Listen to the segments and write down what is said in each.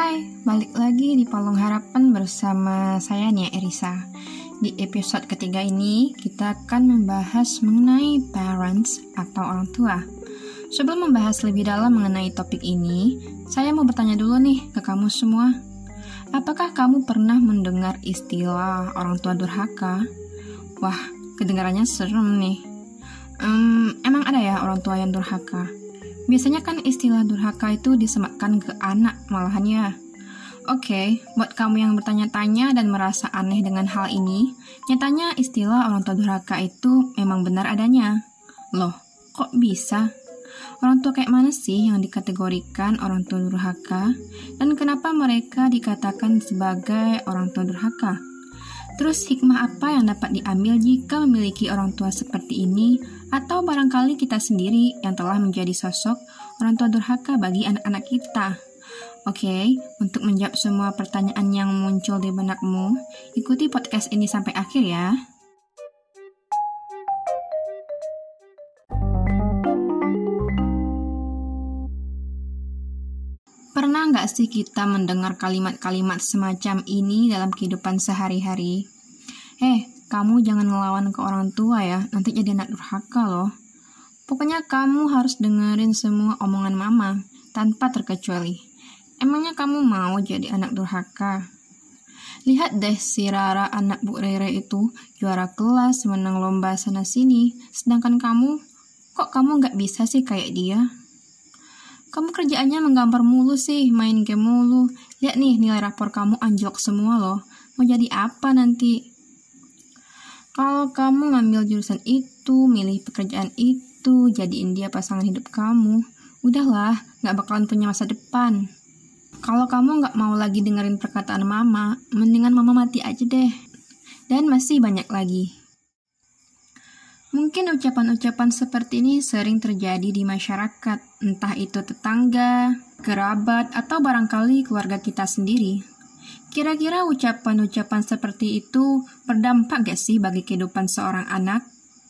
Hai, balik lagi di Palung Harapan bersama saya Nia Erisa. Di episode ketiga ini, kita akan membahas mengenai parents atau orang tua. Sebelum membahas lebih dalam mengenai topik ini, saya mau bertanya dulu nih ke kamu semua. Apakah kamu pernah mendengar istilah orang tua durhaka? Wah, kedengarannya serem nih. Emang ada ya orang tua yang durhaka? Biasanya kan istilah durhaka itu disematkan ke anak malahan ya. Oke, buat kamu yang bertanya-tanya dan merasa aneh dengan hal ini, nyatanya istilah orang tua durhaka itu memang benar adanya. Loh, kok bisa? Orang tua kayak mana sih yang dikategorikan orang tua durhaka? Dan kenapa mereka dikatakan sebagai orang tua durhaka? Terus hikmah apa yang dapat diambil jika memiliki orang tua seperti ini? Atau barangkali kita sendiri yang telah menjadi sosok orang tua durhaka bagi anak-anak kita? Oke, untuk menjawab semua pertanyaan yang muncul di benakmu, ikuti podcast ini sampai akhir ya. Pernah nggak sih kita mendengar kalimat-kalimat semacam ini dalam kehidupan sehari-hari? Kamu jangan ngelawan ke orang tua ya, nanti jadi anak durhaka loh. Pokoknya kamu harus dengerin semua omongan mama, tanpa terkecuali. Emangnya kamu mau jadi anak durhaka? Lihat deh si Rara anak Bu Rere itu, juara kelas, menang lomba sana-sini. Sedangkan kok kamu nggak bisa sih kayak dia? Kamu kerjaannya menggambar mulu sih, main game mulu. Lihat nih, nilai rapor kamu anjlok semua loh. Mau jadi apa nanti? Kalau kamu ngambil jurusan itu, milih pekerjaan itu, jadiin dia pasangan hidup kamu, udahlah, gak bakalan punya masa depan. Kalau kamu gak mau lagi dengerin perkataan mama, mendingan mama mati aja deh. Dan masih banyak lagi. Mungkin ucapan-ucapan seperti ini sering terjadi di masyarakat, entah itu tetangga, kerabat, atau barangkali keluarga kita sendiri. Kira-kira ucapan-ucapan seperti itu berdampak gak sih bagi kehidupan seorang anak?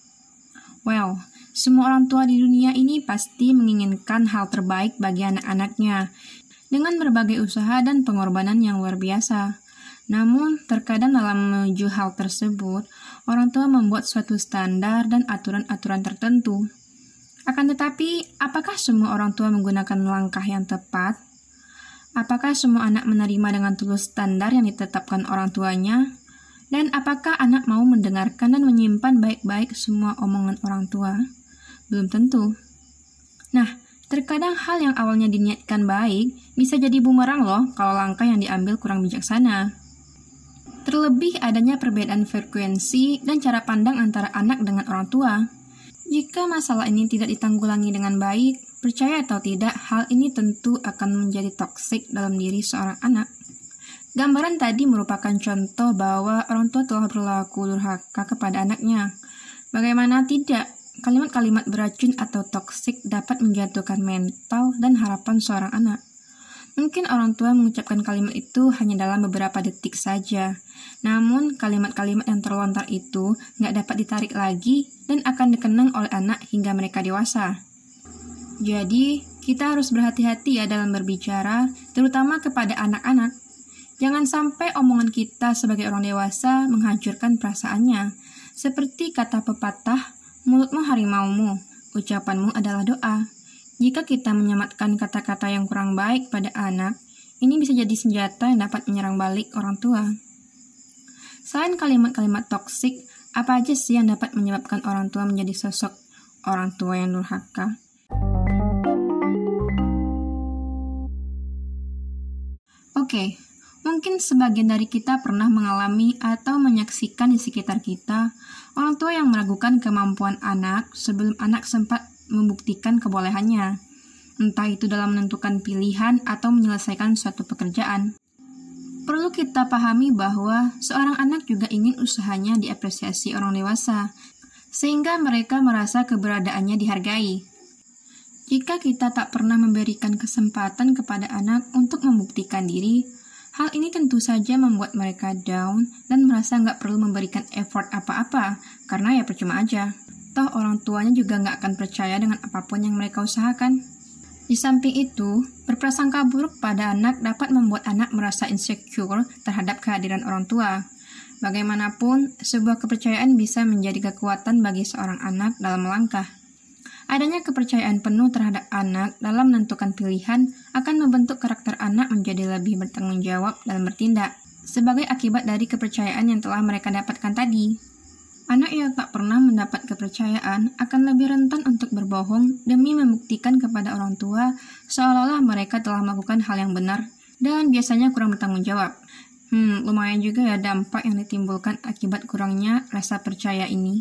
Well, semua orang tua di dunia ini pasti menginginkan hal terbaik bagi anak-anaknya dengan berbagai usaha dan pengorbanan yang luar biasa. Namun, terkadang dalam menuju hal tersebut, orang tua membuat suatu standar dan aturan-aturan tertentu. Akan tetapi, apakah semua orang tua menggunakan langkah yang tepat? Apakah semua anak menerima dengan tulus standar yang ditetapkan orang tuanya? Dan apakah anak mau mendengarkan dan menyimpan baik-baik semua omongan orang tua? Belum tentu. Nah, terkadang hal yang awalnya diniatkan baik bisa jadi bumerang loh kalau langkah yang diambil kurang bijaksana. Terlebih adanya perbedaan frekuensi dan cara pandang antara anak dengan orang tua. Jika masalah ini tidak ditanggulangi dengan baik, percaya atau tidak, hal ini tentu akan menjadi toksik dalam diri seorang anak. Gambaran tadi merupakan contoh bahwa orang tua telah berlaku durhaka kepada anaknya. Bagaimana tidak, kalimat-kalimat beracun atau toksik dapat menjatuhkan mental dan harapan seorang anak. Mungkin orang tua mengucapkan kalimat itu hanya dalam beberapa detik saja. Namun, kalimat-kalimat yang terlontar itu nggak dapat ditarik lagi dan akan dikenang oleh anak hingga mereka dewasa. Jadi, kita harus berhati-hati ya dalam berbicara, terutama kepada anak-anak. Jangan sampai omongan kita sebagai orang dewasa menghancurkan perasaannya. Seperti kata pepatah, mulutmu harimaumu, ucapanmu adalah doa. Jika kita menyematkan kata-kata yang kurang baik pada anak, ini bisa jadi senjata yang dapat menyerang balik orang tua. Selain kalimat-kalimat toksik, apa aja sih yang dapat menyebabkan orang tua menjadi sosok orang tua yang durhaka? Oke, mungkin sebagian dari kita pernah mengalami atau menyaksikan di sekitar kita orang tua yang meragukan kemampuan anak sebelum anak sempat membuktikan kebolehannya, entah itu dalam menentukan pilihan atau menyelesaikan suatu pekerjaan. Perlu kita pahami bahwa seorang anak juga ingin usahanya diapresiasi orang dewasa, sehingga mereka merasa keberadaannya dihargai. Jika kita tak pernah memberikan kesempatan kepada anak untuk membuktikan diri, hal ini tentu saja membuat mereka down dan merasa nggak perlu memberikan effort apa-apa, karena ya percuma aja. Toh orang tuanya juga nggak akan percaya dengan apapun yang mereka usahakan. Di samping itu, berprasangka buruk pada anak dapat membuat anak merasa insecure terhadap kehadiran orang tua. Bagaimanapun, sebuah kepercayaan bisa menjadi kekuatan bagi seorang anak dalam melangkah. Adanya kepercayaan penuh terhadap anak dalam menentukan pilihan akan membentuk karakter anak menjadi lebih bertanggung jawab dalam bertindak, sebagai akibat dari kepercayaan yang telah mereka dapatkan tadi. Anak yang tak pernah mendapat kepercayaan akan lebih rentan untuk berbohong demi membuktikan kepada orang tua seolah-olah mereka telah melakukan hal yang benar dan biasanya kurang bertanggung jawab. Lumayan juga ya dampak yang ditimbulkan akibat kurangnya rasa percaya ini.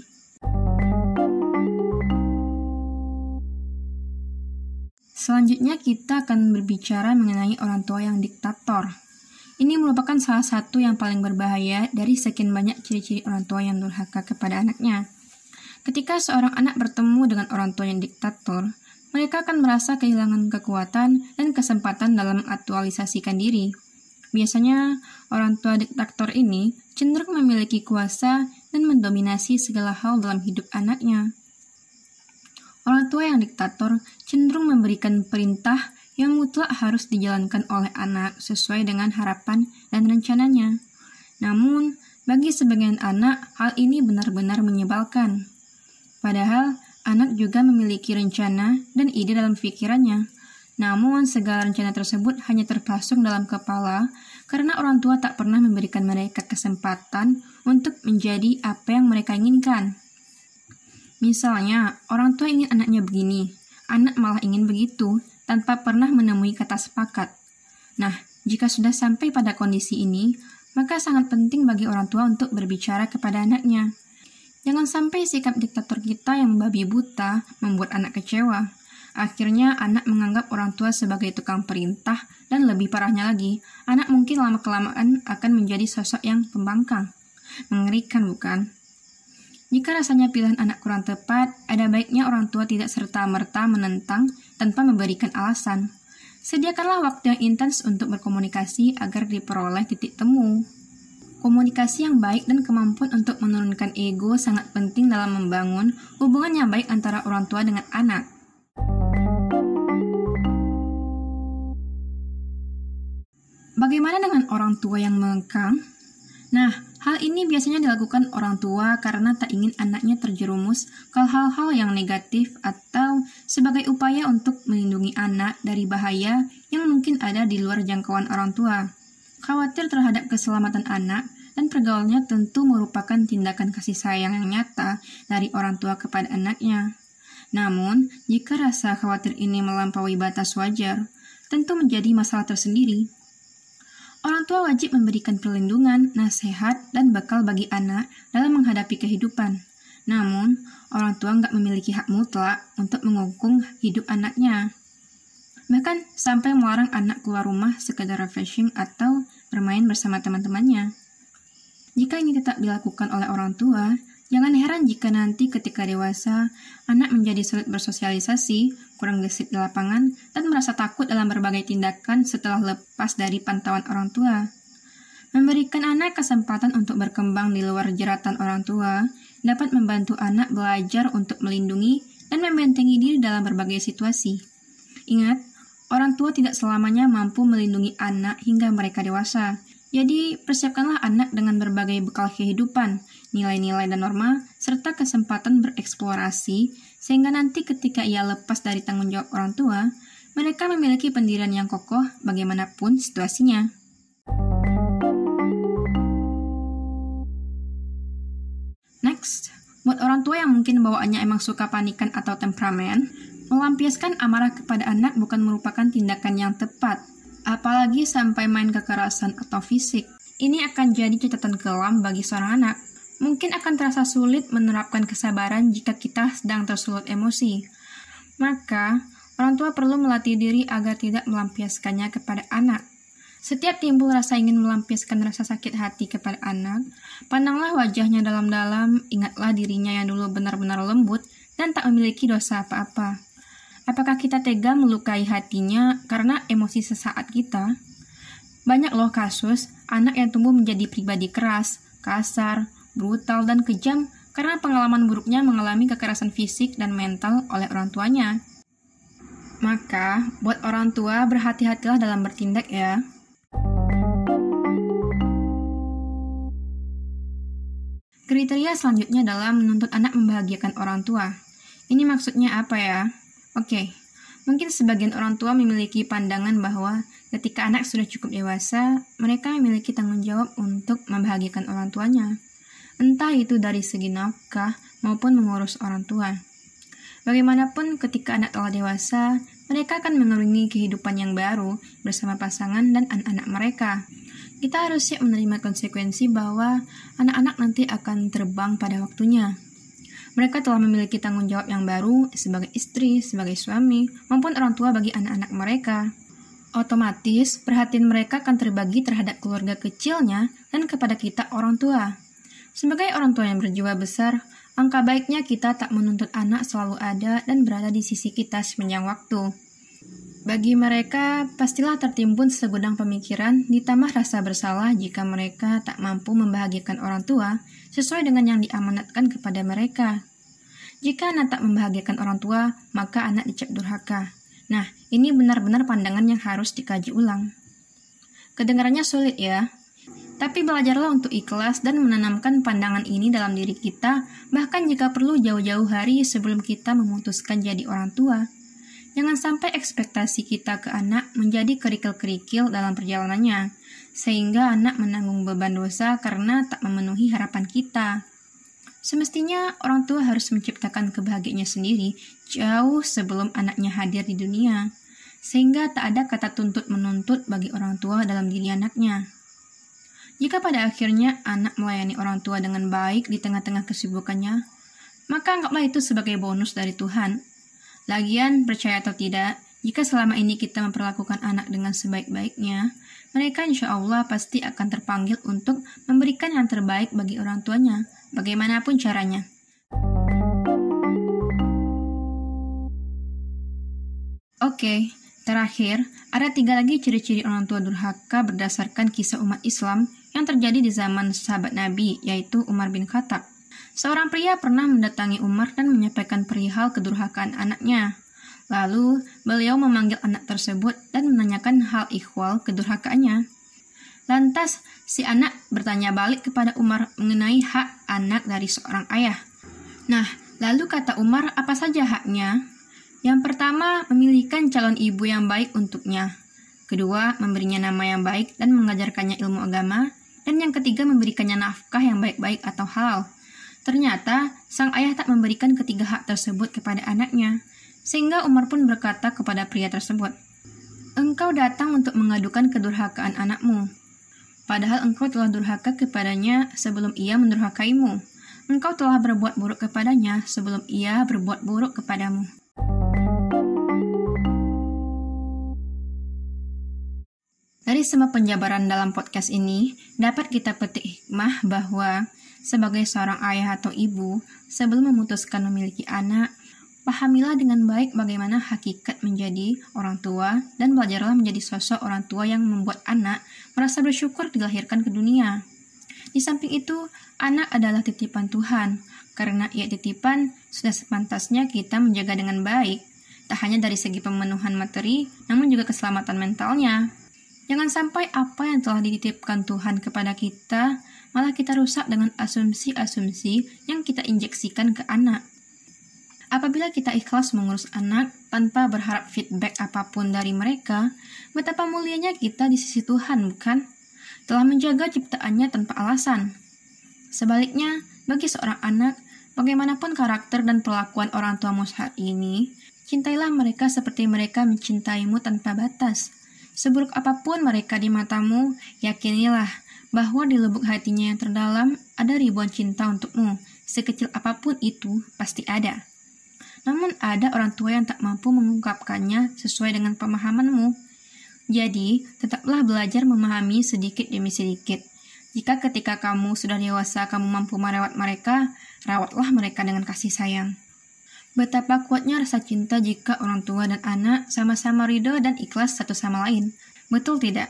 Selanjutnya kita akan berbicara mengenai orang tua yang diktator. Ini merupakan salah satu yang paling berbahaya dari sekian banyak ciri-ciri orang tua yang durhaka kepada anaknya. Ketika seorang anak bertemu dengan orang tua yang diktator, mereka akan merasa kehilangan kekuatan dan kesempatan dalam mengaktualisasikan diri. Biasanya, orang tua diktator ini cenderung memiliki kuasa dan mendominasi segala hal dalam hidup anaknya. Orang tua yang diktator cenderung memberikan perintah yang mutlak harus dijalankan oleh anak sesuai dengan harapan dan rencananya. Namun, bagi sebagian anak, hal ini benar-benar menyebalkan. Padahal, anak juga memiliki rencana dan ide dalam pikirannya. Namun, segala rencana tersebut hanya terpasung dalam kepala karena orang tua tak pernah memberikan mereka kesempatan untuk menjadi apa yang mereka inginkan. Misalnya, orang tua ingin anaknya begini, anak malah ingin begitu, tanpa pernah menemui kata sepakat. Nah, jika sudah sampai pada kondisi ini, maka sangat penting bagi orang tua untuk berbicara kepada anaknya. Jangan sampai sikap diktator kita yang membabi buta membuat anak kecewa. Akhirnya, anak menganggap orang tua sebagai tukang perintah, dan lebih parahnya lagi, anak mungkin lama-kelamaan akan menjadi sosok yang pembangkang. Mengerikan, bukan? Jika rasanya pilihan anak kurang tepat, ada baiknya orang tua tidak serta-merta menentang tanpa memberikan alasan. Sediakanlah waktu yang intens untuk berkomunikasi agar diperoleh titik temu. Komunikasi yang baik dan kemampuan untuk menurunkan ego sangat penting dalam membangun hubungan yang baik antara orang tua dengan anak. Bagaimana dengan orang tua yang mengekang? Nah, hal ini biasanya dilakukan orang tua karena tak ingin anaknya terjerumus ke hal-hal yang negatif atau sebagai upaya untuk melindungi anak dari bahaya yang mungkin ada di luar jangkauan orang tua. Khawatir terhadap keselamatan anak dan pergaulannya tentu merupakan tindakan kasih sayang yang nyata dari orang tua kepada anaknya. Namun, jika rasa khawatir ini melampaui batas wajar, tentu menjadi masalah tersendiri. Orang tua wajib memberikan perlindungan, nasihat, dan bekal bagi anak dalam menghadapi kehidupan. Namun, orang tua nggak memiliki hak mutlak untuk menghukum hidup anaknya. Bahkan, sampai melarang anak keluar rumah sekedar refreshing atau bermain bersama teman-temannya. Jika ini tetap dilakukan oleh orang tua, jangan heran jika nanti ketika dewasa, anak menjadi sulit bersosialisasi, kurang gesit di lapangan, dan merasa takut dalam berbagai tindakan setelah lepas dari pantauan orang tua. Memberikan anak kesempatan untuk berkembang di luar jeratan orang tua dapat membantu anak belajar untuk melindungi dan membentengi diri dalam berbagai situasi. Ingat, orang tua tidak selamanya mampu melindungi anak hingga mereka dewasa. Jadi, persiapkanlah anak dengan berbagai bekal kehidupan, nilai-nilai dan norma, serta kesempatan bereksplorasi, sehingga nanti ketika ia lepas dari tanggung jawab orang tua, mereka memiliki pendirian yang kokoh bagaimanapun situasinya. Next, buat orang tua yang mungkin bawaannya emang suka panikan atau temperamen, melampiaskan amarah kepada anak bukan merupakan tindakan yang tepat, apalagi sampai main kekerasan atau fisik. Ini akan jadi catatan kelam bagi seorang anak. Mungkin akan terasa sulit menerapkan kesabaran jika kita sedang tersulut emosi. Maka, orang tua perlu melatih diri agar tidak melampiaskannya kepada anak. Setiap timbul rasa ingin melampiaskan rasa sakit hati kepada anak, pandanglah wajahnya dalam-dalam, ingatlah dirinya yang dulu benar-benar lembut dan tak memiliki dosa apa-apa. Apakah kita tega melukai hatinya karena emosi sesaat kita? Banyak loh kasus anak yang tumbuh menjadi pribadi keras, kasar, brutal, dan kejam karena pengalaman buruknya mengalami kekerasan fisik dan mental oleh orang tuanya. Maka, buat orang tua berhati-hatilah dalam bertindak ya. Kriteria selanjutnya adalah menuntut anak membahagiakan orang tua. Ini maksudnya apa ya? Oke, mungkin sebagian orang tua memiliki pandangan bahwa ketika anak sudah cukup dewasa, mereka memiliki tanggung jawab untuk membahagiakan orang tuanya. Entah itu dari segi nafkah maupun mengurus orang tua. Bagaimanapun ketika anak telah dewasa, mereka akan mengarungi kehidupan yang baru bersama pasangan dan anak-anak mereka. Kita harus siap menerima konsekuensi bahwa anak-anak nanti akan terbang pada waktunya. Mereka telah memiliki tanggung jawab yang baru sebagai istri, sebagai suami, maupun orang tua bagi anak-anak mereka. Otomatis, perhatian mereka akan terbagi terhadap keluarga kecilnya dan kepada kita orang tua. Sebagai orang tua yang berjiwa besar, angka baiknya kita tak menuntut anak selalu ada dan berada di sisi kita sepanjang waktu. Bagi mereka, pastilah tertimbun segudang pemikiran ditambah rasa bersalah jika mereka tak mampu membahagiakan orang tua sesuai dengan yang diamanatkan kepada mereka. Jika anak tak membahagiakan orang tua, maka anak dicap durhaka. Nah, ini benar-benar pandangan yang harus dikaji ulang. Kedengarannya sulit ya, tapi belajarlah untuk ikhlas dan menanamkan pandangan ini dalam diri kita, bahkan jika perlu jauh-jauh hari sebelum kita memutuskan jadi orang tua. Jangan sampai ekspektasi kita ke anak menjadi kerikil-kerikil dalam perjalanannya, sehingga anak menanggung beban dosa karena tak memenuhi harapan kita. Semestinya orang tua harus menciptakan kebahagiaannya sendiri jauh sebelum anaknya hadir di dunia, sehingga tak ada kata tuntut-menuntut bagi orang tua dalam diri anaknya. Jika pada akhirnya anak melayani orang tua dengan baik di tengah-tengah kesibukannya, maka anggaplah itu sebagai bonus dari Tuhan. Lagian, percaya atau tidak, jika selama ini kita memperlakukan anak dengan sebaik-baiknya, mereka insya Allah pasti akan terpanggil untuk memberikan yang terbaik bagi orang tuanya, bagaimanapun caranya. Oke, terakhir, ada 3 lagi ciri-ciri orang tua durhaka berdasarkan kisah umat Islam yang terjadi di zaman sahabat Nabi, yaitu Umar bin Khattab. Seorang pria pernah mendatangi Umar dan menyampaikan perihal kedurhakaan anaknya. Lalu, beliau memanggil anak tersebut dan menanyakan hal ihwal kedurhakaannya. Lantas, si anak bertanya balik kepada Umar mengenai hak anak dari seorang ayah. Nah, lalu kata Umar apa saja haknya? Yang pertama, memilihkan calon ibu yang baik untuknya. Kedua, memberinya nama yang baik dan mengajarkannya ilmu agama. Dan yang ketiga, memberikannya nafkah yang baik-baik atau halal. Ternyata, sang ayah tak memberikan ketiga hak tersebut kepada anaknya, sehingga Umar pun berkata kepada pria tersebut, "Engkau datang untuk mengadukan kedurhakaan anakmu, padahal engkau telah durhaka kepadanya sebelum ia mendurhakaimu. Engkau telah berbuat buruk kepadanya sebelum ia berbuat buruk kepadamu." Dari semua penjabaran dalam podcast ini, dapat kita petik hikmah bahwa sebagai seorang ayah atau ibu, sebelum memutuskan memiliki anak, pahamilah dengan baik bagaimana hakikat menjadi orang tua dan belajarlah menjadi sosok orang tua yang membuat anak merasa bersyukur dilahirkan ke dunia. Di samping itu, anak adalah titipan Tuhan. Karena ia titipan, sudah sepantasnya kita menjaga dengan baik, tak hanya dari segi pemenuhan materi, namun juga keselamatan mentalnya. Jangan sampai apa yang telah dititipkan Tuhan kepada kita, malah kita rusak dengan asumsi-asumsi yang kita injeksikan ke anak. Apabila kita ikhlas mengurus anak tanpa berharap feedback apapun dari mereka, betapa mulianya kita di sisi Tuhan, bukan? Telah menjaga ciptaannya tanpa alasan. Sebaliknya, bagi seorang anak, bagaimanapun karakter dan perlakuan orang tuamu saat ini, cintailah mereka seperti mereka mencintaimu tanpa batas. Seburuk apapun mereka di matamu, yakinilah bahwa di lubuk hatinya yang terdalam ada ribuan cinta untukmu. Sekecil apapun itu pasti ada. Namun ada orang tua yang tak mampu mengungkapkannya sesuai dengan pemahamanmu. Jadi, tetaplah belajar memahami sedikit demi sedikit. Jika ketika kamu sudah dewasa kamu mampu merawat mereka, rawatlah mereka dengan kasih sayang. Betapa kuatnya rasa cinta jika orang tua dan anak sama-sama ridho dan ikhlas satu sama lain. Betul tidak?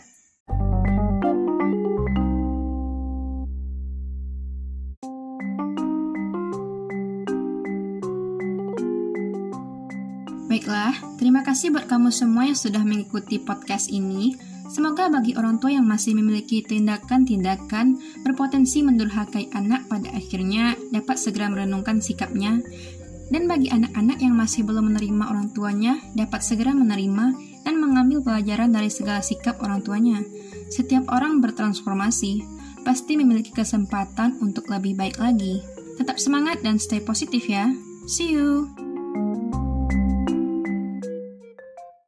Baiklah, terima kasih buat kamu semua yang sudah mengikuti podcast ini. Semoga bagi orang tua yang masih memiliki tindakan-tindakan berpotensi mendurhakai anak pada akhirnya dapat segera merenungkan sikapnya. Dan bagi anak-anak yang masih belum menerima orang tuanya, dapat segera menerima dan mengambil pelajaran dari segala sikap orang tuanya. Setiap orang bertransformasi, pasti memiliki kesempatan untuk lebih baik lagi. Tetap semangat dan stay positif ya. See you!